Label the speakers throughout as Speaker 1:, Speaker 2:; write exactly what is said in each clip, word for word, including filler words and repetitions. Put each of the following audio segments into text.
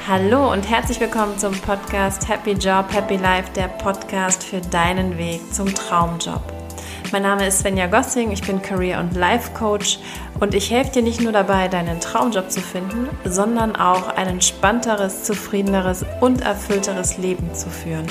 Speaker 1: Hallo und herzlich willkommen zum Podcast Happy Job, Happy Life, der Podcast für deinen Weg zum Traumjob. Mein Name ist Svenja Gossing, ich bin Career- und Life-Coach und ich helfe dir nicht nur dabei, deinen Traumjob zu finden, sondern auch ein entspannteres, zufriedeneres und erfüllteres Leben zu führen.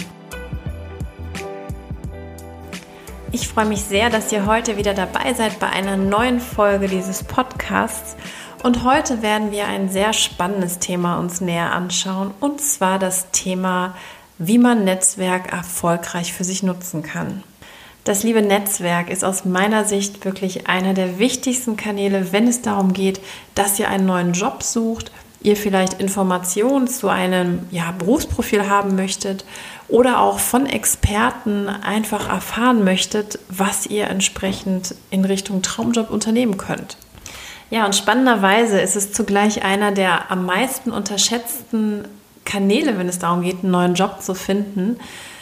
Speaker 1: Ich freue mich sehr, dass ihr heute wieder dabei seid bei einer neuen Folge dieses Podcasts. Und heute werden wir ein sehr spannendes Thema uns näher anschauen, und zwar das Thema, wie man Netzwerk erfolgreich für sich nutzen kann. Das liebe Netzwerk ist aus meiner Sicht wirklich einer der wichtigsten Kanäle, wenn es darum geht, dass ihr einen neuen Job sucht, ihr vielleicht Informationen zu einem ja, Berufsprofil haben möchtet oder auch von Experten einfach erfahren möchtet, was ihr entsprechend in Richtung Traumjob unternehmen könnt. Ja, und spannenderweise ist es zugleich einer der am meisten unterschätzten Kanäle, wenn es darum geht, einen neuen Job zu finden.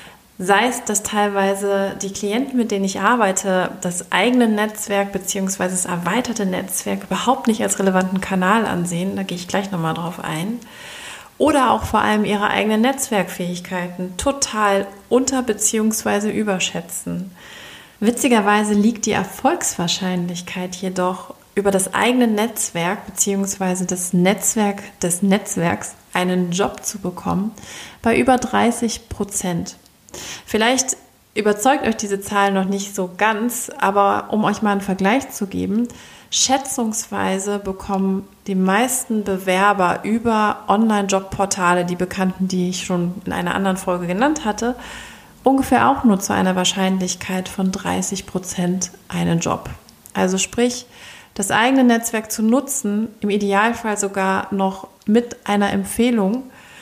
Speaker 1: Sei es, dass teilweise die Klienten, mit denen ich arbeite, das eigene Netzwerk bzw. das erweiterte Netzwerk überhaupt nicht als relevanten Kanal ansehen, da gehe ich gleich nochmal drauf ein, oder auch vor allem ihre eigenen Netzwerkfähigkeiten total unter- bzw. überschätzen. Witzigerweise liegt die Erfolgswahrscheinlichkeit jedoch über das eigene Netzwerk bzw. das Netzwerk des Netzwerks einen Job zu bekommen bei über dreißig Prozent. Vielleicht überzeugt euch diese Zahl noch nicht so ganz, aber um euch mal einen Vergleich zu geben, schätzungsweise bekommen die meisten Bewerber über Online-Jobportale, die bekannten, die ich schon in einer anderen Folge genannt hatte, ungefähr auch nur zu einer Wahrscheinlichkeit von dreißig Prozent einen Job. Also sprich, das eigene Netzwerk zu nutzen, im Idealfall sogar noch mit einer Empfehlung,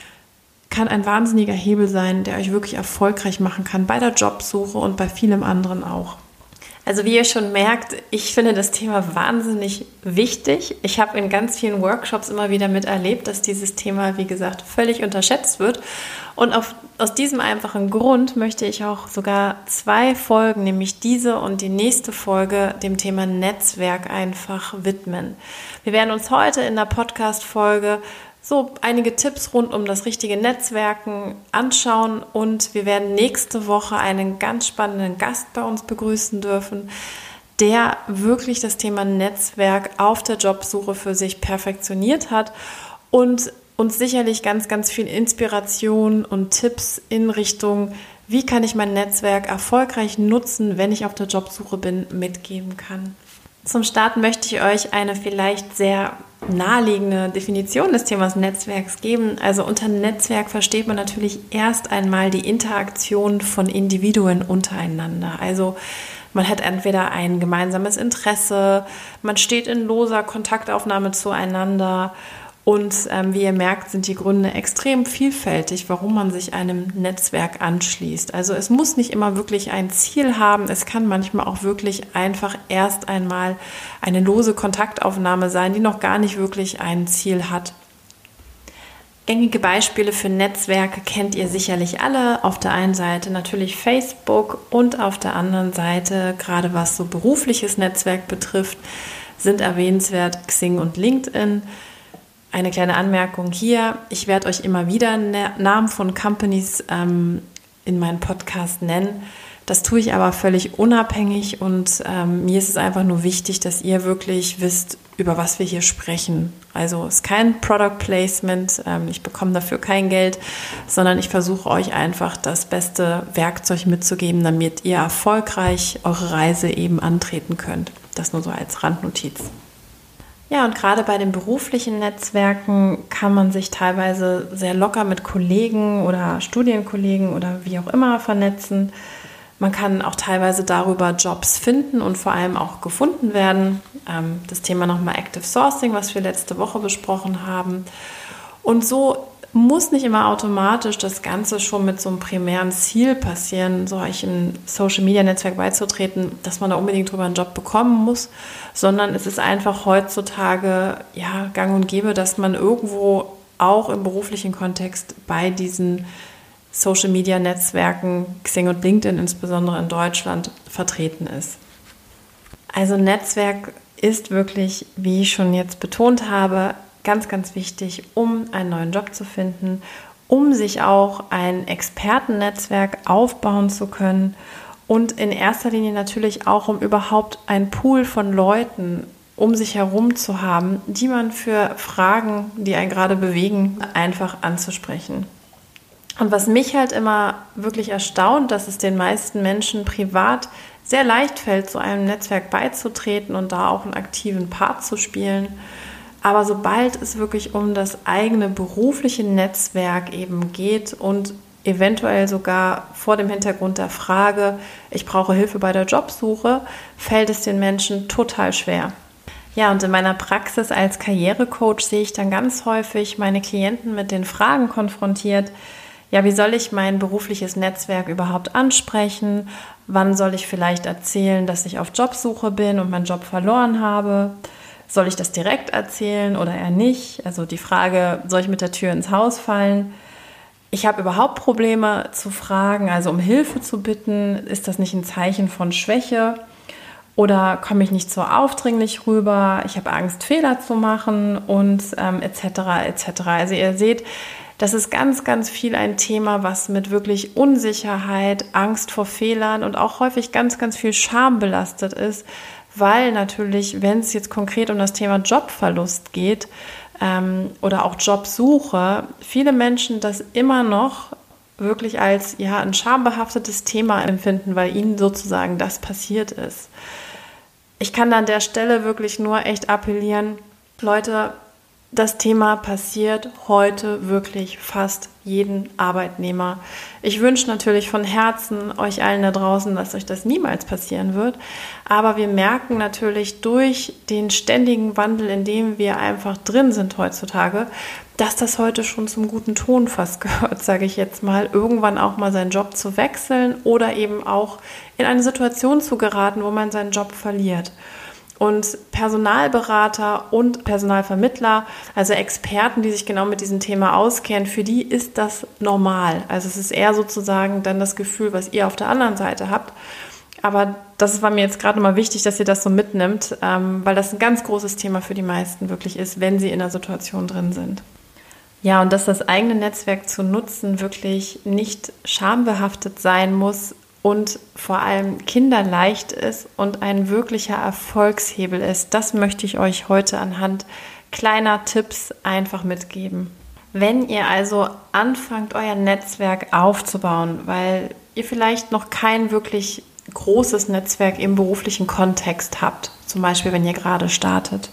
Speaker 1: kann ein wahnsinniger Hebel sein, der euch wirklich erfolgreich machen kann bei der Jobsuche und bei vielem anderen auch. Also wie ihr schon merkt, ich finde das Thema wahnsinnig wichtig. Ich habe in ganz vielen Workshops immer wieder miterlebt, dass dieses Thema, wie gesagt, völlig unterschätzt wird. Und auf, aus diesem einfachen Grund möchte ich auch sogar zwei Folgen, nämlich diese und die nächste Folge, dem Thema Netzwerk einfach widmen. Wir werden uns heute in der Podcast-Folge so einige Tipps rund um das richtige Netzwerken anschauen und wir werden nächste Woche einen ganz spannenden Gast bei uns begrüßen dürfen, der wirklich das Thema Netzwerk auf der Jobsuche für sich perfektioniert hat und uns sicherlich ganz, ganz viel Inspiration und Tipps in Richtung, wie kann ich mein Netzwerk erfolgreich nutzen, wenn ich auf der Jobsuche bin, mitgeben kann. Zum Start möchte ich euch eine vielleicht sehr naheliegende Definition des Themas Netzwerks geben. Also unter Netzwerk versteht man natürlich erst einmal die Interaktion von Individuen untereinander. Also man hat entweder ein gemeinsames Interesse, man steht in loser Kontaktaufnahme zueinander. Und ähm, wie ihr merkt, sind die Gründe extrem vielfältig, warum man sich einem Netzwerk anschließt. Also es muss nicht immer wirklich ein Ziel haben. Es kann manchmal auch wirklich einfach erst einmal eine lose Kontaktaufnahme sein, die noch gar nicht wirklich ein Ziel hat. Gängige Beispiele für Netzwerke kennt ihr sicherlich alle. Auf der einen Seite natürlich Facebook und auf der anderen Seite, gerade was so berufliches Netzwerk betrifft, sind erwähnenswert Xing und LinkedIn. Eine kleine Anmerkung hier, ich werde euch immer wieder Namen von Companies ähm, in meinem Podcast nennen. Das tue ich aber völlig unabhängig und ähm, mir ist es einfach nur wichtig, dass ihr wirklich wisst, über was wir hier sprechen. Also es ist kein Product Placement, ähm, ich bekomme dafür kein Geld, sondern ich versuche euch einfach das beste Werkzeug mitzugeben, damit ihr erfolgreich eure Reise eben antreten könnt. Das nur so als Randnotiz. Ja, und gerade bei den beruflichen Netzwerken kann man sich teilweise sehr locker mit Kollegen oder Studienkollegen oder wie auch immer vernetzen. Man kann auch teilweise darüber Jobs finden und vor allem auch gefunden werden. Das Thema nochmal Active Sourcing, was wir letzte Woche besprochen haben. Und so muss nicht immer automatisch das Ganze schon mit so einem primären Ziel passieren, solch ein Social-Media-Netzwerk beizutreten, dass man da unbedingt drüber einen Job bekommen muss, sondern es ist einfach heutzutage ja, gang und gäbe, dass man irgendwo auch im beruflichen Kontext bei diesen Social-Media-Netzwerken, Xing und LinkedIn insbesondere in Deutschland, vertreten ist. Also Netzwerk ist wirklich, wie ich schon jetzt betont habe, ganz, ganz wichtig, um einen neuen Job zu finden, um sich auch ein Expertennetzwerk aufbauen zu können und in erster Linie natürlich auch, um überhaupt einen Pool von Leuten um sich herum zu haben, die man für Fragen, die einen gerade bewegen, einfach anzusprechen. Und was mich halt immer wirklich erstaunt, dass es den meisten Menschen privat sehr leicht fällt, zu einem Netzwerk beizutreten und da auch einen aktiven Part zu spielen. Aber sobald es wirklich um das eigene berufliche Netzwerk eben geht und eventuell sogar vor dem Hintergrund der Frage, ich brauche Hilfe bei der Jobsuche, fällt es den Menschen total schwer. Ja, und in meiner Praxis als Karrierecoach sehe ich dann ganz häufig meine Klienten mit den Fragen konfrontiert, ja, wie soll ich mein berufliches Netzwerk überhaupt ansprechen? Wann soll ich vielleicht erzählen, dass ich auf Jobsuche bin und meinen Job verloren habe? Soll ich das direkt erzählen oder eher nicht? Also die Frage, soll ich mit der Tür ins Haus fallen? Ich habe überhaupt Probleme zu fragen, also um Hilfe zu bitten. Ist das nicht ein Zeichen von Schwäche? Oder komme ich nicht so aufdringlich rüber? Ich habe Angst, Fehler zu machen und ähm, et cetera et cetera. Also ihr seht, das ist ganz, ganz viel ein Thema, was mit wirklich Unsicherheit, Angst vor Fehlern und auch häufig ganz, ganz viel Scham belastet ist, weil natürlich, wenn es jetzt konkret um das Thema Jobverlust geht ähm, oder auch Jobsuche, viele Menschen das immer noch wirklich als ja ein schambehaftetes Thema empfinden, weil ihnen sozusagen das passiert ist. Ich kann an der Stelle wirklich nur echt appellieren, Leute, das Thema passiert heute wirklich fast jeden Arbeitnehmer. Ich wünsche natürlich von Herzen euch allen da draußen, dass euch das niemals passieren wird. Aber wir merken natürlich durch den ständigen Wandel, in dem wir einfach drin sind heutzutage, dass das heute schon zum guten Ton fast gehört, sage ich jetzt mal, irgendwann auch mal seinen Job zu wechseln oder eben auch in eine Situation zu geraten, wo man seinen Job verliert. Und Personalberater und Personalvermittler, also Experten, die sich genau mit diesem Thema auskennen, für die ist das normal. Also es ist eher sozusagen dann das Gefühl, was ihr auf der anderen Seite habt. Aber das war mir jetzt gerade mal wichtig, dass ihr das so mitnimmt, weil das ein ganz großes Thema für die meisten wirklich ist, wenn sie in der Situation drin sind. Ja, und dass das eigene Netzwerk zu nutzen wirklich nicht schambehaftet sein muss, und vor allem kinderleicht ist und ein wirklicher Erfolgshebel ist. Das möchte ich euch heute anhand kleiner Tipps einfach mitgeben. Wenn ihr also anfangt, euer Netzwerk aufzubauen, weil ihr vielleicht noch kein wirklich großes Netzwerk im beruflichen Kontext habt, zum Beispiel wenn ihr gerade startet,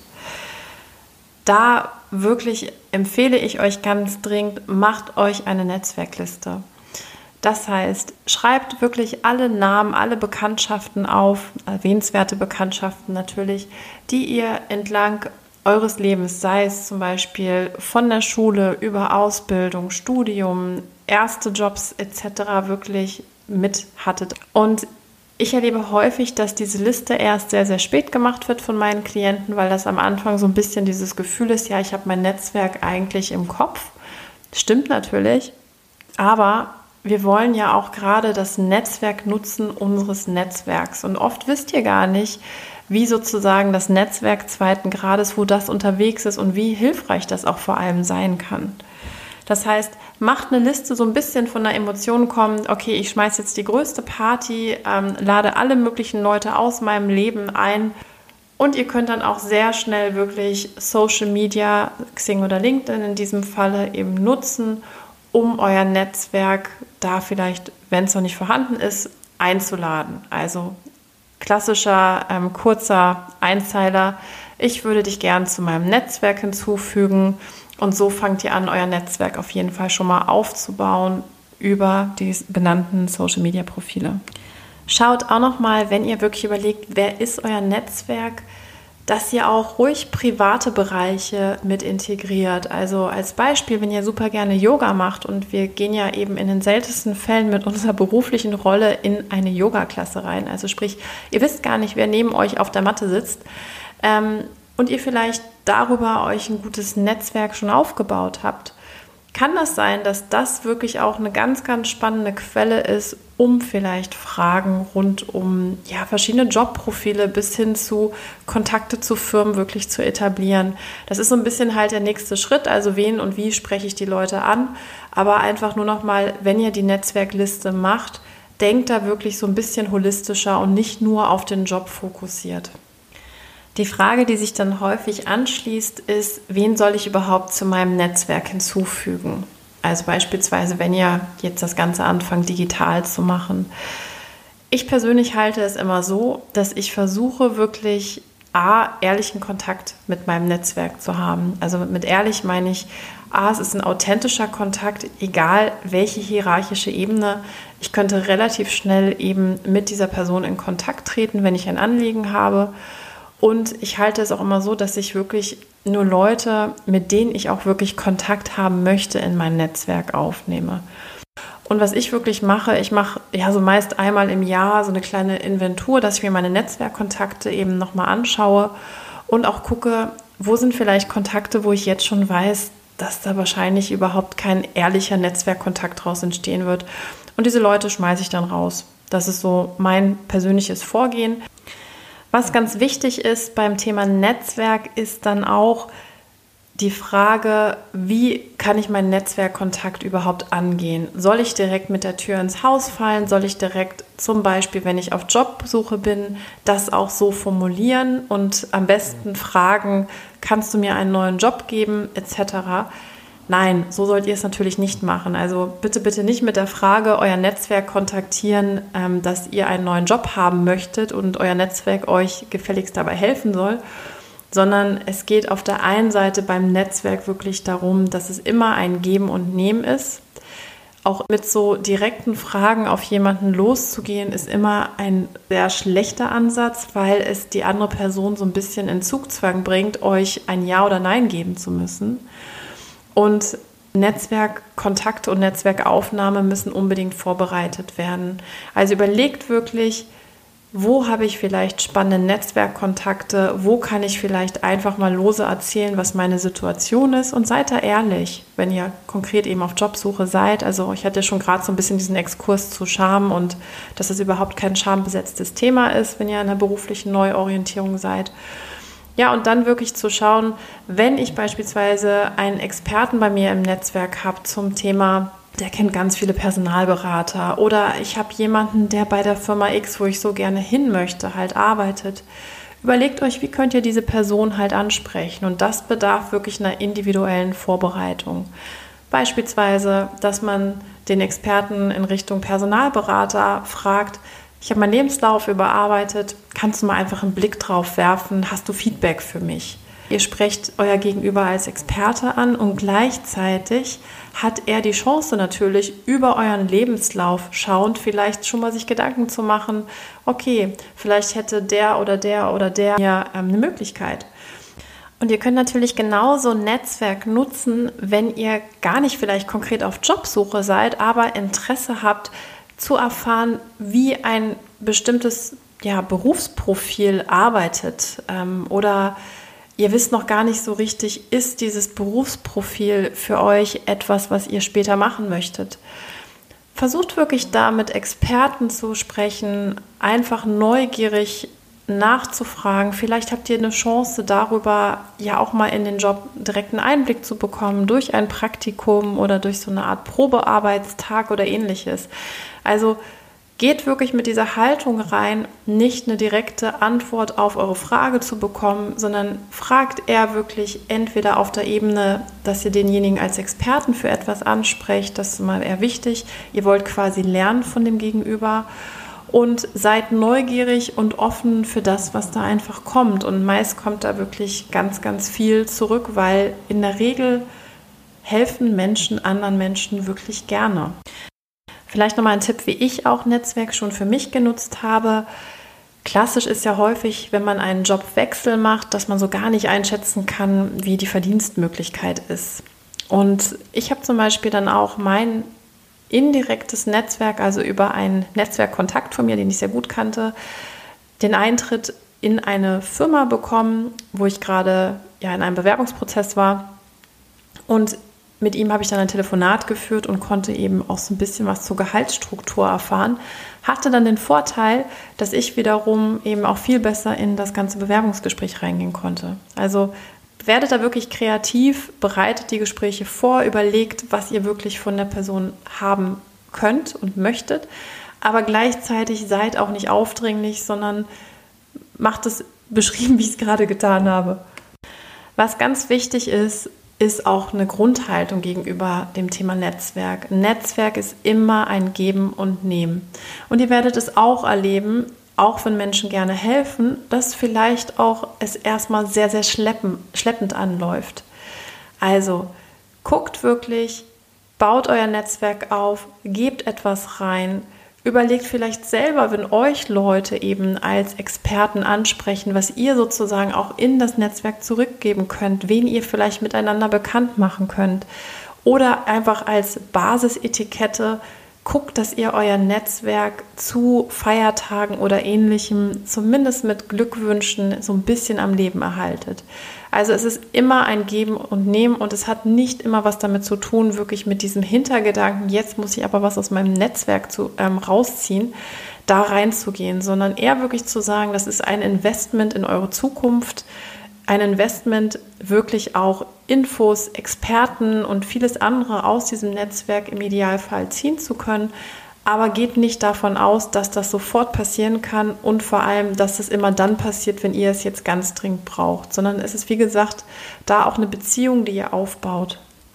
Speaker 1: da wirklich empfehle ich euch ganz dringend, macht euch eine Netzwerkliste. Das heißt, schreibt wirklich alle Namen, alle Bekanntschaften auf, erwähnenswerte Bekanntschaften natürlich, die ihr entlang eures Lebens, sei es zum Beispiel von der Schule über Ausbildung, Studium, erste Jobs et cetera wirklich mit hattet. Und ich erlebe häufig, dass diese Liste erst sehr, sehr spät gemacht wird von meinen Klienten, weil das am Anfang so ein bisschen dieses Gefühl ist, ja, ich habe mein Netzwerk eigentlich im Kopf. Stimmt natürlich, aber wir wollen ja auch gerade das Netzwerk nutzen unseres Netzwerks. Und oft wisst ihr gar nicht, wie sozusagen das Netzwerk zweiten Grades, wo das unterwegs ist und wie hilfreich das auch vor allem sein kann. Das heißt, macht eine Liste so ein bisschen von der Emotion kommen, okay, ich schmeiße jetzt die größte Party, ähm, lade alle möglichen Leute aus meinem Leben ein. Und ihr könnt dann auch sehr schnell wirklich Social Media, Xing oder LinkedIn in diesem Falle eben nutzen, um euer Netzwerk da vielleicht, wenn es noch nicht vorhanden ist, einzuladen. Also klassischer, ähm, kurzer Einzeiler. Ich würde dich gern zu meinem Netzwerk hinzufügen und so fangt ihr an, euer Netzwerk auf jeden Fall schon mal aufzubauen über die benannten Social-Media-Profile. Schaut auch nochmal, wenn ihr wirklich überlegt, wer ist euer Netzwerk, dass ihr auch ruhig private Bereiche mit integriert. Also als Beispiel, wenn ihr super gerne Yoga macht und wir gehen ja eben in den seltensten Fällen mit unserer beruflichen Rolle in eine Yoga-Klasse rein. Also sprich, ihr wisst gar nicht, wer neben euch auf der Matte sitzt ähm, und ihr vielleicht darüber euch ein gutes Netzwerk schon aufgebaut habt. kann das sein, dass das wirklich auch eine ganz, ganz spannende Quelle ist, um vielleicht Fragen rund um ja, verschiedene Jobprofile bis hin zu Kontakte zu Firmen wirklich zu etablieren. Das ist so ein bisschen halt der nächste Schritt, also wen und wie spreche ich die Leute an. Aber einfach nur noch mal, wenn ihr die Netzwerkliste macht, denkt da wirklich so ein bisschen holistischer und nicht nur auf den Job fokussiert. Die Frage, die sich dann häufig anschließt, ist, wen soll ich überhaupt zu meinem Netzwerk hinzufügen? Also beispielsweise, wenn ihr jetzt das Ganze anfangt, digital zu machen. Ich persönlich halte es immer so, dass ich versuche, wirklich A, ehrlichen Kontakt mit meinem Netzwerk zu haben. Also mit ehrlich meine ich, A, es ist ein authentischer Kontakt, egal welche hierarchische Ebene. Ich könnte relativ schnell eben mit dieser Person in Kontakt treten, wenn ich ein Anliegen habe. Und ich halte es auch immer so, dass ich wirklich nur Leute, mit denen ich auch wirklich Kontakt haben möchte, in mein Netzwerk aufnehme. Und was ich wirklich mache, ich mache ja so meist einmal im Jahr so eine kleine Inventur, dass ich mir meine Netzwerkkontakte eben nochmal anschaue und auch gucke, wo sind vielleicht Kontakte, wo ich jetzt schon weiß, dass da wahrscheinlich überhaupt kein ehrlicher Netzwerkkontakt draus entstehen wird. Und diese Leute schmeiße ich dann raus. Das ist so mein persönliches Vorgehen. Was ganz wichtig ist beim Thema Netzwerk, ist dann auch die Frage, wie kann ich meinen Netzwerkkontakt überhaupt angehen? Soll ich direkt mit der Tür ins Haus fallen? Soll ich direkt zum Beispiel, wenn ich auf Jobsuche bin, das auch so formulieren und am besten fragen, kannst du mir einen neuen Job geben, et cetera? Nein, so sollt ihr es natürlich nicht machen. Also bitte, bitte nicht mit der Frage euer Netzwerk kontaktieren, ähm, dass ihr einen neuen Job haben möchtet und euer Netzwerk euch gefälligst dabei helfen soll, sondern es geht auf der einen Seite beim Netzwerk wirklich darum, dass es immer ein Geben und Nehmen ist. Auch mit so direkten Fragen auf jemanden loszugehen, ist immer ein sehr schlechter Ansatz, weil es die andere Person so ein bisschen in Zugzwang bringt, euch ein Ja oder Nein geben zu müssen. Und Netzwerkkontakte und Netzwerkaufnahme müssen unbedingt vorbereitet werden. Also überlegt wirklich, wo habe ich vielleicht spannende Netzwerkkontakte, wo kann ich vielleicht einfach mal lose erzählen, was meine Situation ist, und seid da ehrlich, wenn ihr konkret eben auf Jobsuche seid. Also ich hatte schon gerade so ein bisschen diesen Exkurs zu Scham und dass es überhaupt kein schambesetztes Thema ist, wenn ihr in einer beruflichen Neuorientierung seid. Ja, und dann wirklich zu schauen, wenn ich beispielsweise einen Experten bei mir im Netzwerk habe zum Thema, der kennt ganz viele Personalberater, oder ich habe jemanden, der bei der Firma X, wo ich so gerne hin möchte, halt arbeitet. Überlegt euch, wie könnt ihr diese Person halt ansprechen, und das bedarf wirklich einer individuellen Vorbereitung. Beispielsweise, dass man den Experten in Richtung Personalberater fragt, ich habe meinen Lebenslauf überarbeitet, kannst du mal einfach einen Blick drauf werfen, hast du Feedback für mich? Ihr sprecht euer Gegenüber als Experte an und gleichzeitig hat er die Chance natürlich, über euren Lebenslauf schauend vielleicht schon mal sich Gedanken zu machen, okay, vielleicht hätte der oder der oder der ja ähm, eine Möglichkeit. Und ihr könnt natürlich genauso ein Netzwerk nutzen, wenn ihr gar nicht vielleicht konkret auf Jobsuche seid, aber Interesse habt, zu erfahren, wie ein bestimmtes ja, Berufsprofil arbeitet, ähm, oder ihr wisst noch gar nicht so richtig, ist dieses Berufsprofil für euch etwas, was ihr später machen möchtet. Versucht wirklich da mit Experten zu sprechen, einfach neugierig nachzufragen. Vielleicht habt ihr eine Chance darüber, ja auch mal in den Job direkt einen Einblick zu bekommen, durch ein Praktikum oder durch so eine Art Probearbeitstag oder ähnliches. Also geht wirklich mit dieser Haltung rein, nicht eine direkte Antwort auf eure Frage zu bekommen, sondern fragt eher wirklich entweder auf der Ebene, dass ihr denjenigen als Experten für etwas ansprecht, das ist mal eher wichtig, ihr wollt quasi lernen von dem Gegenüber, und seid neugierig und offen für das, was da einfach kommt. Und meist kommt da wirklich ganz, ganz viel zurück, weil in der Regel helfen Menschen anderen Menschen wirklich gerne. Vielleicht nochmal ein Tipp, wie ich auch Netzwerk schon für mich genutzt habe. Klassisch ist ja häufig, wenn man einen Jobwechsel macht, dass man so gar nicht einschätzen kann, wie die Verdienstmöglichkeit ist. Und ich habe zum Beispiel dann auch mein indirektes Netzwerk, also über einen Netzwerkkontakt von mir, den ich sehr gut kannte, den Eintritt in eine Firma bekommen, wo ich gerade ja in einem Bewerbungsprozess war. Und mit ihm habe ich dann ein Telefonat geführt und konnte eben auch so ein bisschen was zur Gehaltsstruktur erfahren. Hatte dann den Vorteil, dass ich wiederum eben auch viel besser in das ganze Bewerbungsgespräch reingehen konnte. Also werdet da wirklich kreativ, bereitet die Gespräche vor, überlegt, was ihr wirklich von der Person haben könnt und möchtet, aber gleichzeitig seid auch nicht aufdringlich, sondern macht es beschrieben, wie ich es gerade getan habe. Was ganz wichtig ist, ist auch eine Grundhaltung gegenüber dem Thema Netzwerk. Netzwerk ist immer ein Geben und Nehmen. Und ihr werdet es auch erleben, auch wenn Menschen gerne helfen, dass vielleicht auch es erstmal sehr, sehr schleppen, schleppend anläuft. Also guckt wirklich, baut euer Netzwerk auf, gebt etwas rein, überlegt vielleicht selber, wenn euch Leute eben als Experten ansprechen, was ihr sozusagen auch in das Netzwerk zurückgeben könnt, wen ihr vielleicht miteinander bekannt machen könnt. Oder einfach als Basisetikette guckt, dass ihr euer Netzwerk zu Feiertagen oder Ähnlichem zumindest mit Glückwünschen so ein bisschen am Leben erhaltet. Also es ist immer ein Geben und Nehmen und es hat nicht immer was damit zu tun, wirklich mit diesem Hintergedanken, jetzt muss ich aber was aus meinem Netzwerk zu, ähm, rausziehen, da reinzugehen, sondern eher wirklich zu sagen, das ist ein Investment in eure Zukunft, ein Investment, wirklich auch Infos, Experten und vieles andere aus diesem Netzwerk im Idealfall ziehen zu können. Aber geht nicht davon aus, dass das sofort passieren kann und vor allem, dass es immer dann passiert, wenn ihr es jetzt ganz dringend braucht, sondern es ist, wie gesagt, da auch eine Beziehung, die ihr aufbaut.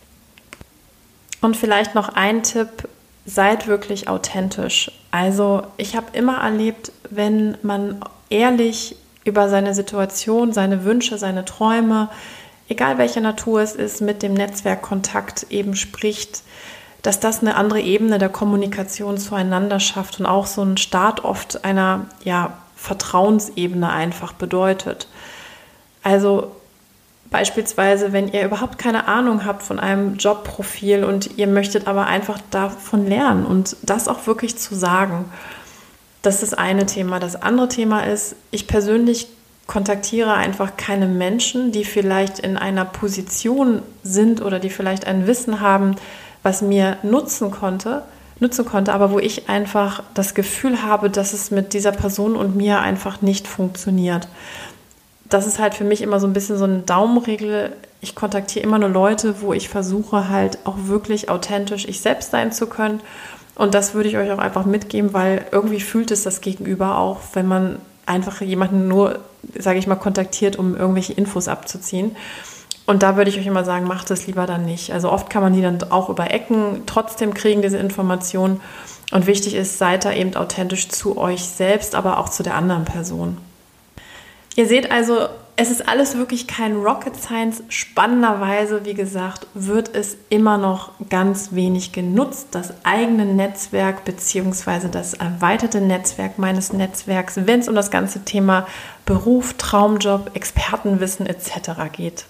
Speaker 1: Und vielleicht noch ein Tipp, seid wirklich authentisch. Also ich habe immer erlebt, wenn man ehrlich über seine Situation, seine Wünsche, seine Träume, egal welcher Natur es ist, mit dem Netzwerkkontakt eben spricht, dass das eine andere Ebene der Kommunikation zueinander schafft und auch so ein Start oft einer ja, Vertrauensebene einfach bedeutet. Also beispielsweise, wenn ihr überhaupt keine Ahnung habt von einem Jobprofil und ihr möchtet aber einfach davon lernen und das auch wirklich zu sagen. Das ist das eine Thema. Das andere Thema ist, ich persönlich kontaktiere einfach keine Menschen, die vielleicht in einer Position sind oder die vielleicht ein Wissen haben, was mir nutzen konnte, nutzen konnte, aber wo ich einfach das Gefühl habe, dass es mit dieser Person und mir einfach nicht funktioniert. Das ist halt für mich immer so ein bisschen so eine Daumenregel. Ich kontaktiere immer nur Leute, wo ich versuche halt auch wirklich authentisch ich selbst sein zu können. Und das würde ich euch auch einfach mitgeben, weil irgendwie fühlt es das Gegenüber auch, wenn man einfach jemanden nur, sage ich mal, kontaktiert, um irgendwelche Infos abzuziehen. Und da würde ich euch immer sagen, macht es lieber dann nicht. Also oft kann man die dann auch über Ecken trotzdem kriegen, diese Informationen. Und wichtig ist, seid da eben authentisch zu euch selbst, aber auch zu der anderen Person. Ihr seht also, es ist alles wirklich kein Rocket Science. Spannenderweise, wie gesagt, wird es immer noch ganz wenig genutzt. Das eigene Netzwerk bzw. das erweiterte Netzwerk meines Netzwerks, wenn es um das ganze Thema Beruf, Traumjob, Expertenwissen et cetera geht.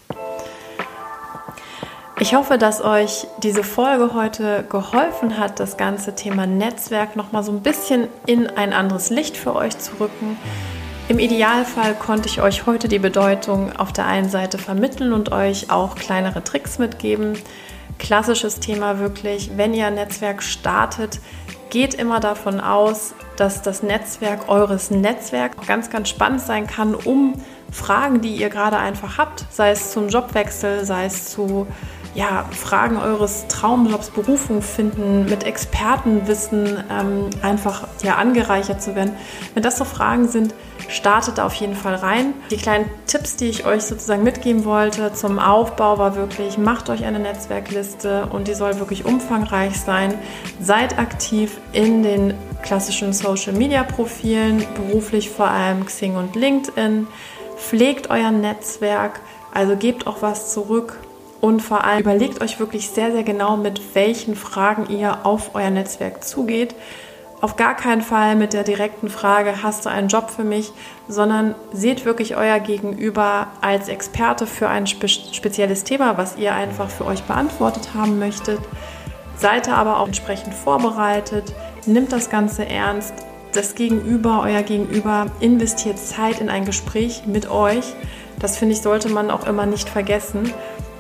Speaker 1: Ich hoffe, dass euch diese Folge heute geholfen hat, das ganze Thema Netzwerk nochmal so ein bisschen in ein anderes Licht für euch zu rücken. Im Idealfall konnte ich euch heute die Bedeutung auf der einen Seite vermitteln und euch auch kleinere Tricks mitgeben. Klassisches Thema wirklich, wenn ihr ein Netzwerk startet, geht immer davon aus, dass das Netzwerk eures Netzwerks ganz, ganz spannend sein kann, um Fragen, die ihr gerade einfach habt, sei es zum Jobwechsel, sei es zu ja, Fragen eures Traumjobs, Berufung finden, mit Expertenwissen ähm, einfach ja, angereichert zu werden. Wenn das so Fragen sind, startet da auf jeden Fall rein. Die kleinen Tipps, die ich euch sozusagen mitgeben wollte zum Aufbau, war wirklich, macht euch eine Netzwerkliste und die soll wirklich umfangreich sein. Seid aktiv in den klassischen Social-Media-Profilen, beruflich vor allem Xing und LinkedIn. Pflegt euer Netzwerk, also gebt auch was zurück. Und vor allem überlegt euch wirklich sehr, sehr genau, mit welchen Fragen ihr auf euer Netzwerk zugeht. Auf gar keinen Fall mit der direkten Frage, hast du einen Job für mich, sondern seht wirklich euer Gegenüber als Experte für ein spe- spezielles Thema, was ihr einfach für euch beantwortet haben möchtet. Seid ihr aber auch entsprechend vorbereitet, nimmt das Ganze ernst. Das Gegenüber, euer Gegenüber investiert Zeit in ein Gespräch mit euch. Das, finde ich, sollte man auch immer nicht vergessen.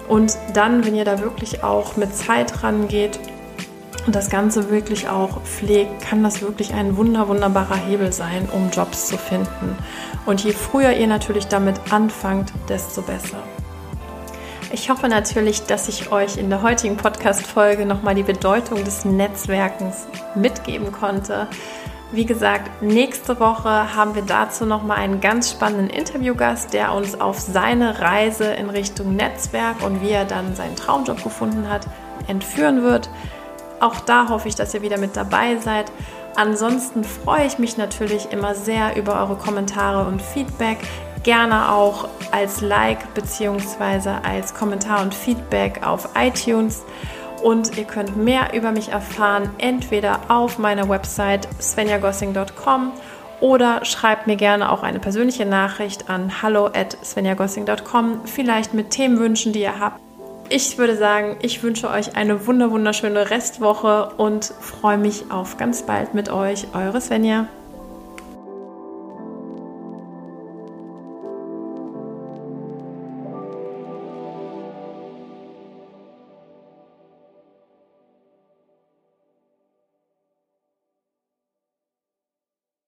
Speaker 1: Und dann, wenn ihr da wirklich auch mit Zeit rangeht und das Ganze wirklich auch pflegt, kann das wirklich ein wunder, wunderbarer Hebel sein, um Jobs zu finden. Und je früher ihr natürlich damit anfangt, desto besser. Ich hoffe natürlich, dass ich euch in der heutigen Podcast-Folge nochmal die Bedeutung des Netzwerkens mitgeben konnte. Wie gesagt, nächste Woche haben wir dazu nochmal einen ganz spannenden Interviewgast, der uns auf seine Reise in Richtung Netzwerk und wie er dann seinen Traumjob gefunden hat, entführen wird. Auch da hoffe ich, dass ihr wieder mit dabei seid. Ansonsten freue ich mich natürlich immer sehr über eure Kommentare und Feedback. Gerne auch als Like bzw. als Kommentar und Feedback auf iTunes. Und ihr könnt mehr über mich erfahren, entweder auf meiner Website svenja gossing punkt com oder schreibt mir gerne auch eine persönliche Nachricht an hallo at svenja gossing punkt com, vielleicht mit Themenwünschen, die ihr habt. Ich würde sagen, ich wünsche euch eine wunder wunderschöne Restwoche und freue mich auf ganz bald mit euch. Eure Svenja.